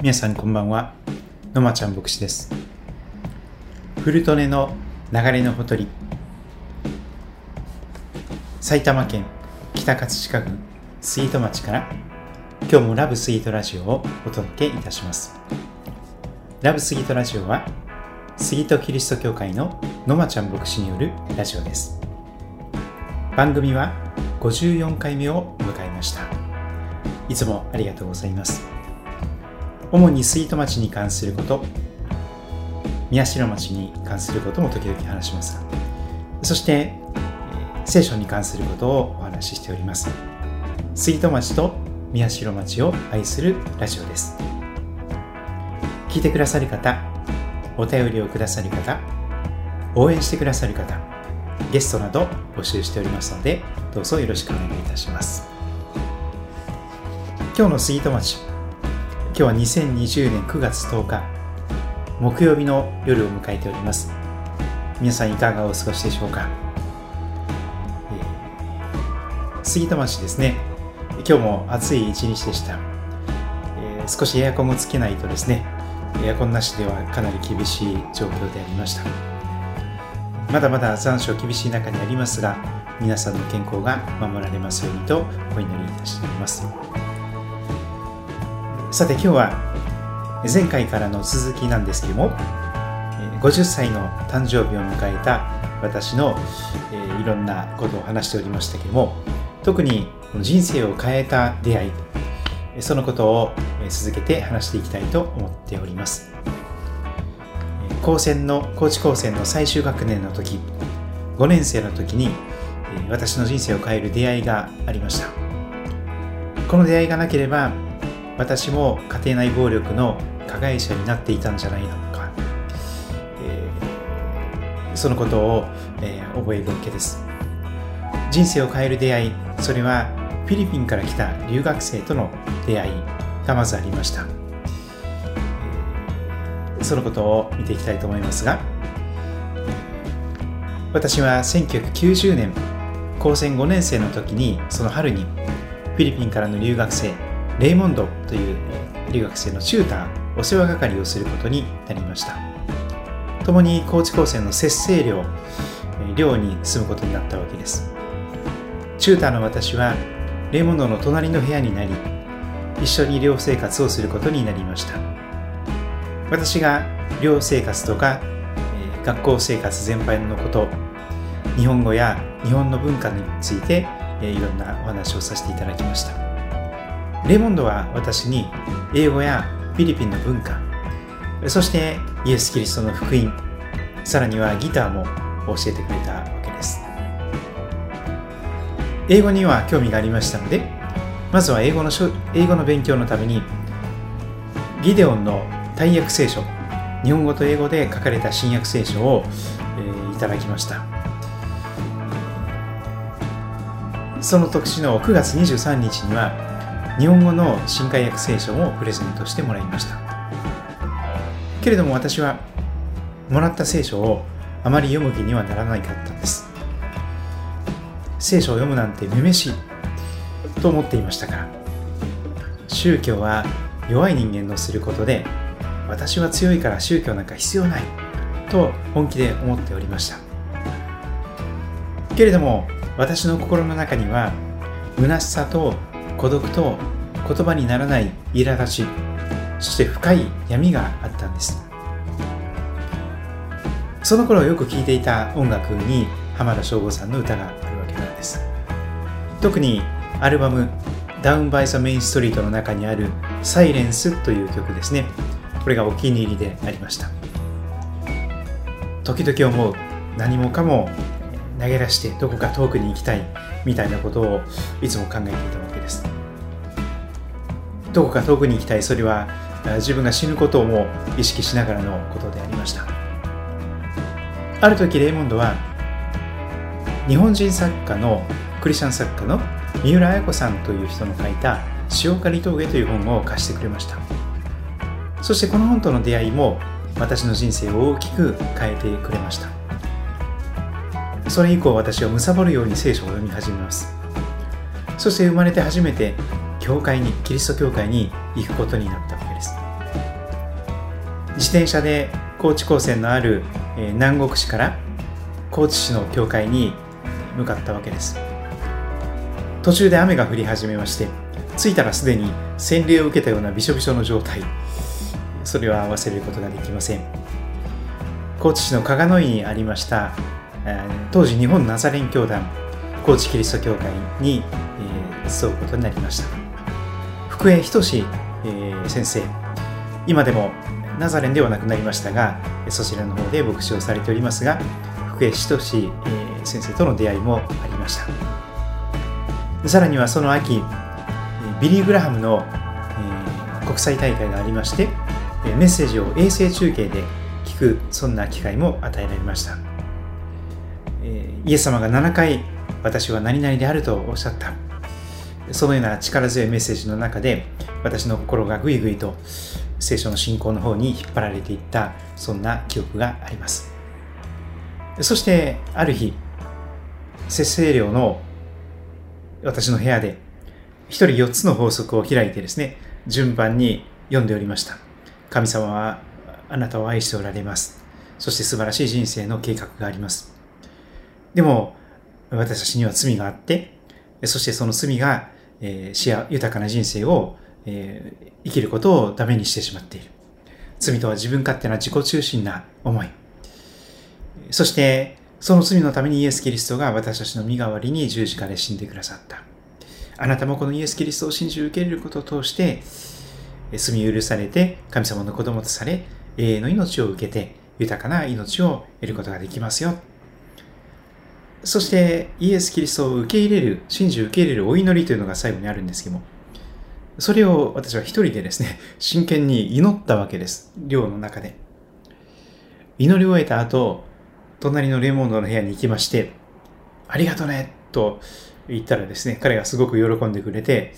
皆さんこんばんは。のまちゃん牧師です。古利根の流れのほとり、埼玉県北葛飾郡杉戸町から今日もラブスイートラジオをお届けいたします。ラブスイートラジオは杉戸キリスト教会ののまちゃん牧師によるラジオです。番組は54回目を迎えました。いつもありがとうございます。主に杉戸町に関すること、宮代町に関することも時々話しますが、そして聖書に関することをお話ししております。杉戸町と宮代町を愛するラジオです。聞いてくださる方、お便りをくださる方、応援してくださる方、ゲストなど募集しておりますので、どうぞよろしくお願いいたします。今日の杉戸町、今日は2020年9月10日木曜日の夜を迎えております。皆さんいかがお過ごしでしょうか。杉戸町ですね、今日も暑い一日でした。少しエアコンをつけないとですね、エアコンなしではかなり厳しい状況でありました。まだまだ残暑厳しい中にありますが、皆さんの健康が守られますようにとお祈りいたしております。さて今日は前回からの続きなんですけども、50歳の誕生日を迎えた私のいろんなことを話しておりましたけども、特に人生を変えた出会い、そのことを続けて話していきたいと思っております。高知高専の最終学年の時、5年生の時に私の人生を変える出会いがありました。この出会いがなければ私も家庭内暴力の加害者になっていたんじゃないのか、そのことを、覚えるわけです。人生を変える出会い、それはフィリピンから来た留学生との出会いがまずありました。そのことを見ていきたいと思いますが、私は1990年高専5年生の時に、その春にフィリピンからの留学生レイモンドという留学生のチューター、お世話係をすることになりました。共に高知高専の摂生寮に住むことになったわけです。チューターの私はレイモンドの隣の部屋になり、一緒に寮生活をすることになりました。私が寮生活とか学校生活全般のこと、日本語や日本の文化についていろんなお話をさせていただきました。レイモンドは私に英語やフィリピンの文化、そしてイエス・キリストの福音、さらにはギターも教えてくれたわけです。英語には興味がありましたので、まずは英語の勉強のためにギデオンの大訳聖書、日本語と英語で書かれた新約聖書を、いただきました。その年の9月23日には日本語の新海訳聖書をプレゼントしてもらいました。けれども私はもらった聖書をあまり読む気にはならなかったんです。聖書を読むなんてめめしいと思っていましたから。宗教は弱い人間のすることで、私は強いから宗教なんか必要ないと本気で思っておりました。けれども私の心の中には虚しさと孤独と言葉にならない苛立ち、そして深い闇があったんです。その頃よく聴いていた音楽に浜田省吾さんの歌があるわけなんです。特にアルバムダウンバイザメインストリートの中にあるサイレンスという曲ですね。これがお気に入りでありました。時々思う、何もかも投げ出してどこか遠くに行きたいみたいなことをいつも考えていたわけです。どこか遠くに行きたい、それは自分が死ぬことをも意識しながらのことでありました。ある時レイモンドは日本人作家のクリスチャン作家の三浦綾子さんという人の書いた塩刈峠という本を貸してくれました。そしてこの本との出会いも私の人生を大きく変えてくれました。それ以降私は貪るように聖書を読み始めます。そして生まれて初めてキリスト教会に行くことになったわけです。 自転車で高知高専のある南国市から高知市の教会に向かったわけです。途中で雨が降り始めまして、着いたらすでに洗礼を受けたようなびしょびしょの状態、それは忘れることができません。高知市の加賀野井にありました当時日本ナザレン教団高知キリスト教会に集うことになりました。福江仁先生、今でもナザレンではなくなりましたが、そちらの方で牧師をされておりますが、福江仁先生との出会いもありました。さらにはその秋、ビリー・グラハムの国際大会がありまして、メッセージを衛星中継で聞く、そんな機会も与えられました。イエス様が7回私は何々であるとおっしゃった、そのような力強いメッセージの中で、私の心がぐいぐいと聖書の信仰の方に引っ張られていった、そんな記憶があります。そしてある日、節制寮の私の部屋で一人4つの法則を開いてですね、順番に読んでおりました。神様はあなたを愛しておられます。そして素晴らしい人生の計画があります。でも私たちには罪があって、そしてその罪が豊かな人生を生きることをダメにしてしまっている。罪とは自分勝手な自己中心な思い。そしてその罪のためにイエス・キリストが私たちの身代わりに十字架で死んでくださった。あなたもこのイエス・キリストを信じ受け入れることを通して罪を許されて神様の子供とされ、永遠の命を受けて豊かな命を得ることができますよ。そしてイエス・キリストを受け入れる、信じ受け入れるお祈りというのが最後にあるんですけども、それを私は一人でですね、真剣に祈ったわけです。寮の中で。祈り終えた後、隣のレモンドの部屋に行きまして、ありがとねと言ったらですね、彼がすごく喜んでくれて、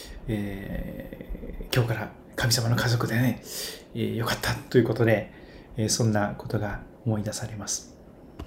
今日から神様の家族でね、よかったということで、そんなことが思い出されます。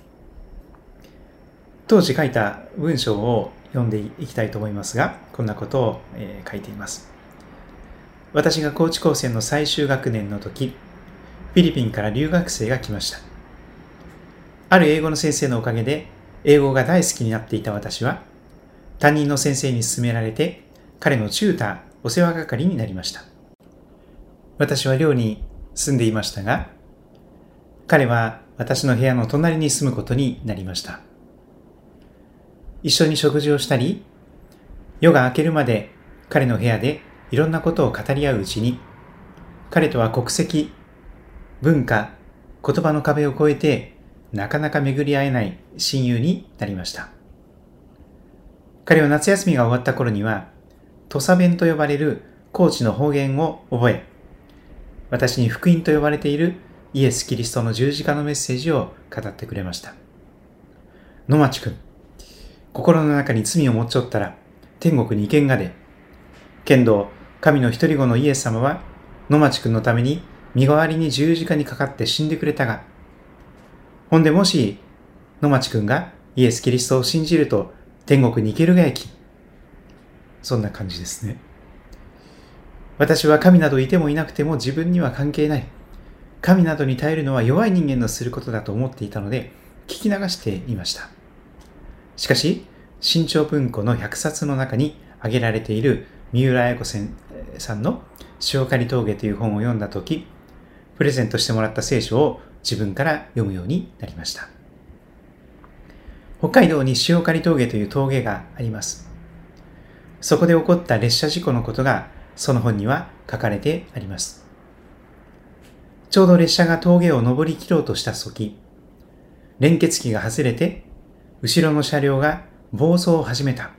当時書いた文章を読んでいきたいと思いますが、こんなことを書いています。私が高知高専の最終学年の時、フィリピンから留学生が来ました。ある英語の先生のおかげで英語が大好きになっていた私は、担任の先生に勧められて彼のチューター、お世話係になりました。私は寮に住んでいましたが、彼は私の部屋の隣に住むことになりました。一緒に食事をしたり、夜が明けるまで彼の部屋でいろんなことを語り合ううちに、彼とは国籍、文化、言葉の壁を越えてなかなか巡り合えない親友になりました。彼は夏休みが終わった頃には、土佐弁と呼ばれる高知の方言を覚え、私に福音と呼ばれているイエス・キリストの十字架のメッセージを語ってくれました。野町くん、心の中に罪を持っちょったら天国に行けんがで、けんど神の一人子のイエス様は野町くんのために身代わりに十字架にかかって死んでくれたが、ほんでもし野町くんがイエス・キリストを信じると天国に行けるがやき。そんな感じですね。私は神などいてもいなくても自分には関係ない。神などに頼るのは弱い人間のすることだと思っていたので聞き流していました。しかし、新潮文庫の100冊の中に挙げられている三浦綾子さんの塩刈峠という本を読んだとき、プレゼントしてもらった聖書を自分から読むようになりました。北海道に塩刈峠という峠があります。そこで起こった列車事故のことがその本には書かれてあります。ちょうど列車が峠を登り切ろうとした時、連結器が外れて後ろの車両が暴走を始めた。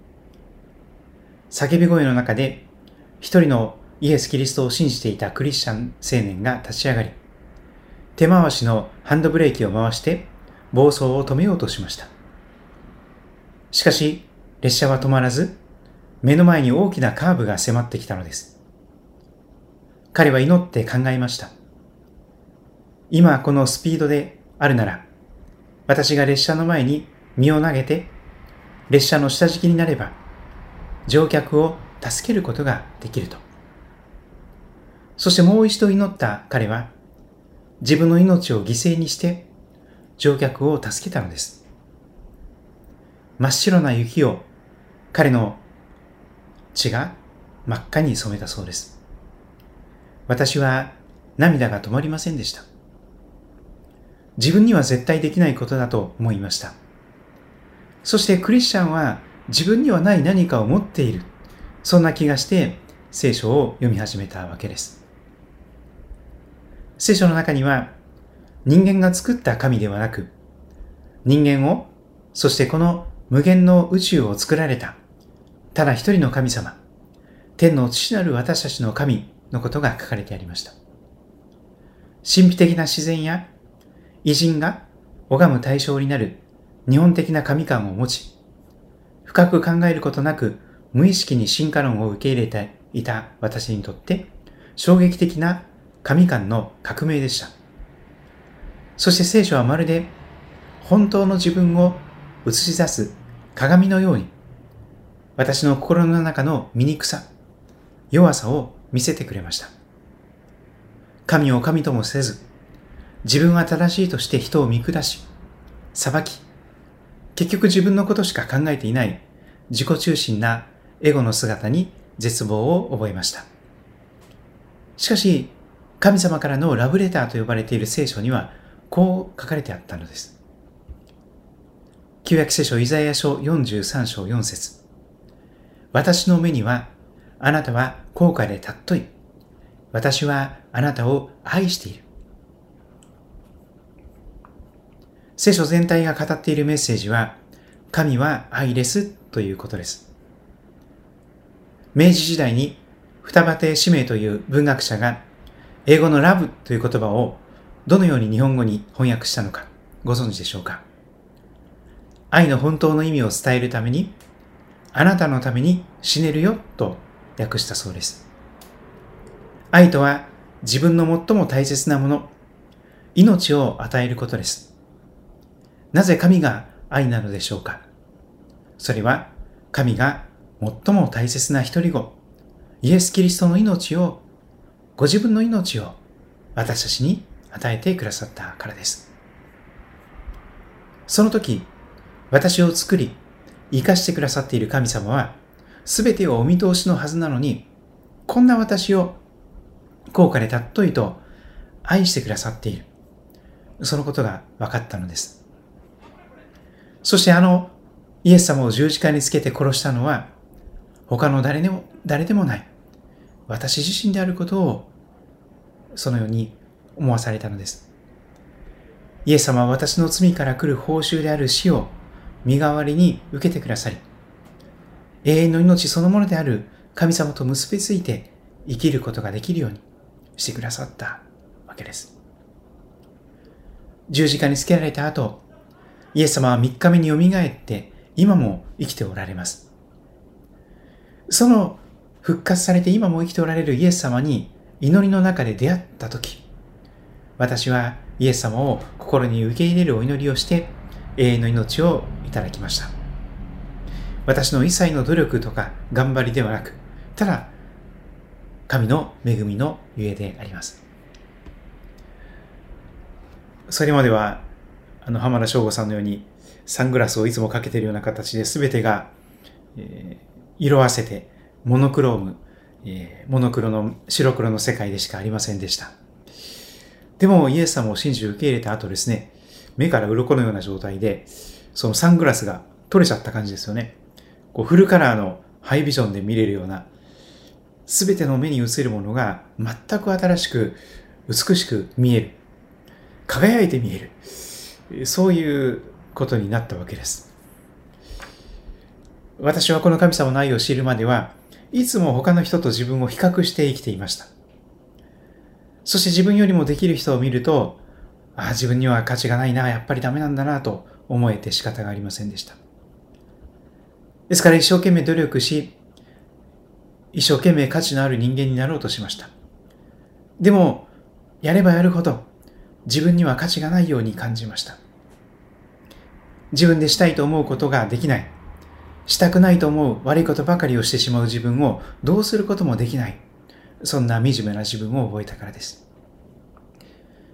叫び声の中で一人のイエス・キリストを信じていたクリスチャン青年が立ち上がり、手回しのハンドブレーキを回して暴走を止めようとしました。しかし列車は止まらず、目の前に大きなカーブが迫ってきたのです。彼は祈って考えました。今このスピードであるなら、私が列車の前に身を投げて列車の下敷きになれば乗客を助けることができると。そしてもう一度祈った彼は自分の命を犠牲にして乗客を助けたのです。真っ白な雪を彼の血が真っ赤に染めたそうです。私は涙が止まりませんでした。自分には絶対できないことだと思いました。そしてクリスチャンは自分にはない何かを持っている。そんな気がして聖書を読み始めたわけです。聖書の中には人間が作った神ではなく、人間を、そしてこの無限の宇宙を作られた、ただ一人の神様、天の父なる私たちの神のことが書かれてありました。神秘的な自然や偉人が拝む対象になる日本的な神観を持ち、深く考えることなく無意識に進化論を受け入れていた私にとって衝撃的な神観の革命でした。そして聖書はまるで本当の自分を映し出す鏡のように、私の心の中の醜さ、弱さを見せてくれました。神を神ともせず、自分は正しいとして人を見下し、裁き、結局自分のことしか考えていない自己中心なエゴの姿に絶望を覚えました。しかし、神様からのラブレターと呼ばれている聖書にはこう書かれてあったのです。旧約聖書イザヤ書43章4節。私の目にはあなたは高価で尊い。私はあなたを愛している。聖書全体が語っているメッセージは、神は愛ですということです。明治時代に二葉亭四明という文学者が英語のラブという言葉をどのように日本語に翻訳したのかご存知でしょうか。愛の本当の意味を伝えるために、あなたのために死ねるよと訳したそうです。愛とは自分の最も大切なもの、命を与えることです。なぜ神が愛なのでしょうか。それは神が最も大切な一人子、イエス・キリストの命を、ご自分の命を私たちに与えてくださったからです。その時、私を作り、生かしてくださっている神様は、すべてをお見通しのはずなのに、こんな私を高価で尊いと愛してくださっている。そのことが分かったのです。そしてイエス様を十字架につけて殺したのは、他の誰でもない、私自身であることを、そのように思わされたのです。イエス様は私の罪から来る報酬である死を身代わりに受けてくださり、永遠の命そのものである神様と結びついて生きることができるようにしてくださったわけです。十字架につけられた後、イエス様は3日目によみがえって今も生きておられます。その復活されて今も生きておられるイエス様に祈りの中で出会ったとき、私はイエス様を心に受け入れるお祈りをして永遠の命をいただきました。私の一切の努力とか頑張りではなく、ただ神の恵みのゆえであります。それまでは浜田省吾さんのようにサングラスをいつもかけているような形で全てが、色あせてモノクローム、モノクロの白黒の世界でしかありませんでした。でもイエス様を信じ受け入れた後ですね、目から鱗のような状態でそのサングラスが取れちゃった感じですよね。フルカラーのハイビジョンで見れるような、全ての目に映るものが全く新しく美しく見える、輝いて見える、そういうことになったわけです。私はこの神様の愛を知るまではいつも他の人と自分を比較して生きていました。そして自分よりもできる人を見ると、自分には価値がないな、やっぱりダメなんだなと思えて仕方がありませんでした。ですから一生懸命努力し、一生懸命価値のある人間になろうとしました。でも、やればやるほど自分には価値がないように感じました。自分でしたいと思うことができない。したくないと思う悪いことばかりをしてしまう自分をどうすることもできない。そんな惨めな自分を覚えたからです。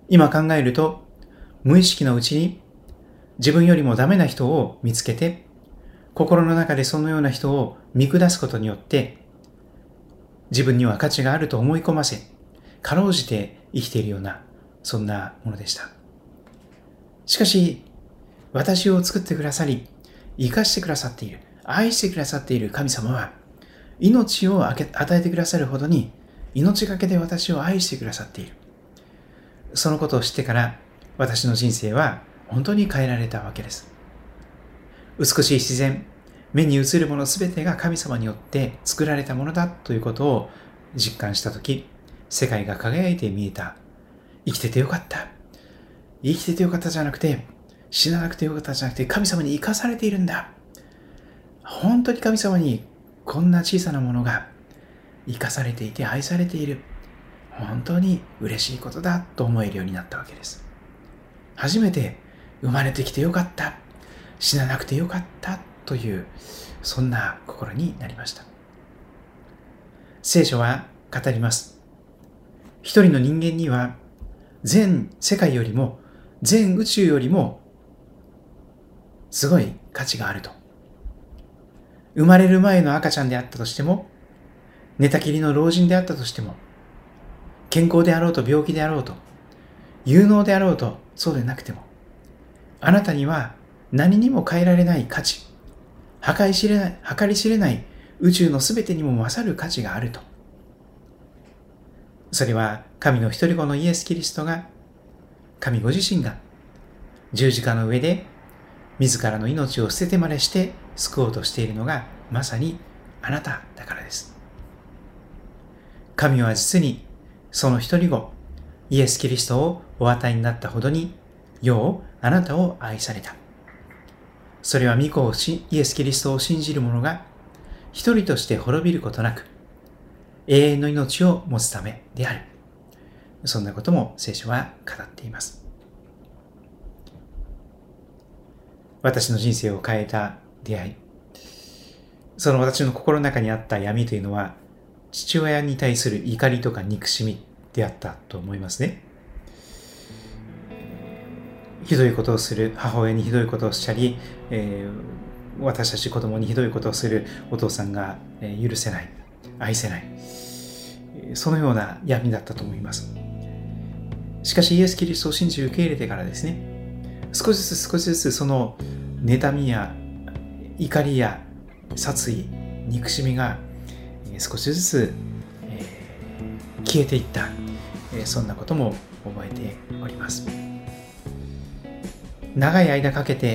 今考えると、無意識のうちに自分よりもダメな人を見つけて、心の中でそのような人を見下すことによって、自分には価値があると思い込ませ、かろうじて生きているような、そんなものでした。しかし、私を作ってくださり、生かしてくださっている、愛してくださっている神様は、命を与えてくださるほどに、命がけで私を愛してくださっている。そのことを知ってから、私の人生は本当に変えられたわけです。美しい自然、目に映るものすべてが神様によって作られたものだということを実感したとき、世界が輝いて見えた。生きててよかった。生きててよかったじゃなくて、死ななくてよかったじゃなくて、神様に生かされているんだ。本当に神様にこんな小さなものが生かされていて愛されている。本当に嬉しいことだと思えるようになったわけです。初めて生まれてきてよかった。死ななくてよかったという、そんな心になりました。聖書は語ります。一人の人間には全世界よりも全宇宙よりもすごい価値があると。生まれる前の赤ちゃんであったとしても、寝たきりの老人であったとしても、健康であろうと病気であろうと、有能であろうとそうでなくても、あなたには何にも変えられない価値、計り知れない宇宙のすべてにも勝る価値があると。それは神の一人子のイエス・キリストが、神ご自身が十字架の上で自らの命を捨ててまでして救おうとしているのがまさにあなただからです。神は実にその一人子イエス・キリストをお与えになったほどに世をあなたを愛された。それは御子をイエス・キリストを信じる者が一人として滅びることなく永遠の命を持つためである。そんなことも聖書は語っています。私の人生を変えた出会い、その私の心の中にあった闇というのは父親に対する怒りとか憎しみであったと思いますね。ひどいことをする母親にひどいことをしたり、私たち子供にひどいことをするお父さんが許せない、愛せない、そのような闇だったと思います。しかしイエス・キリストを信じ受け入れてからですね、少しずつその妬みや怒りや殺意、憎しみが少しずつ消えていった、そんなことも覚えております。長い間かけて、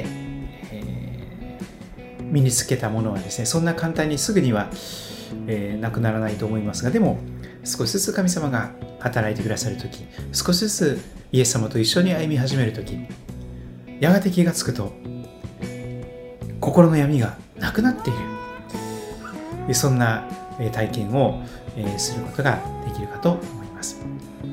身につけたものはですね、そんな簡単にすぐには、なくならないと思いますが、でも少しずつ神様が働いてくださるとき、少しずつイエス様と一緒に歩み始めるとき、やがて気がつくと心の闇がなくなっている、そんな体験をすることができるかと思います。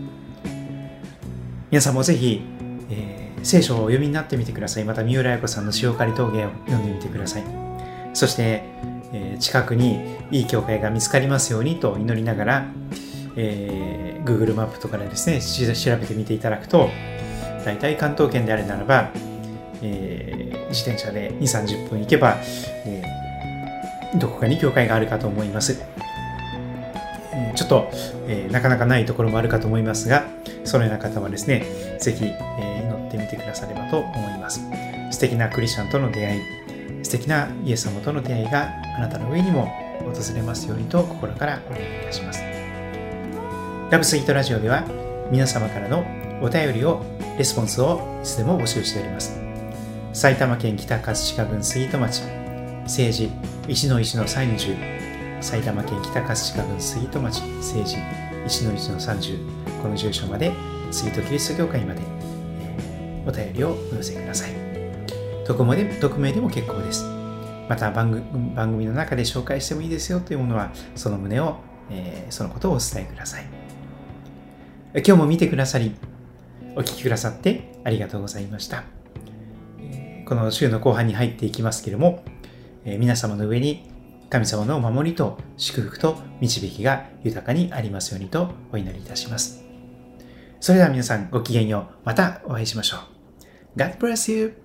皆さんもぜひ、聖書をお読みになってみてください。また三浦綾子さんの塩刈峠を読んでみてください。そして、近くにいい教会が見つかりますようにと祈りながら、Google マップとかでですね、調べてみていただくと、大体関東圏であるならば、自転車で2、30分行けば、どこかに教会があるかと思います。ちょっと、なかなかないところもあるかと思いますが、そのような方はですね、ぜひ、祈ってみてくださればと思います。素敵なクリスチャンとの出会い、素敵なイエス様との出会いがあなたの上にも訪れますようにと心からお願いいたします。ラブスイートラジオでは皆様からのお便りを、レスポンスをいつでも募集しております。埼玉県北葛飾郡杉戸町、西寺 1-1-30、埼玉県北葛飾郡杉戸町、西寺 1-1-30、この住所まで、杉戸キリスト教会まで、お便りをお寄せください。匿名でも結構です。また番組の中で紹介してもいいですよというものは、その旨を、そのことをお伝えください。今日も見てくださり、お聞きくださってありがとうございました。この週の後半に入っていきますけれども、皆様の上に神様のお守りと祝福と導きが豊かにありますようにとお祈りいたします。 それでは皆さんごきげんよう。またお会いしましょう。God bless you!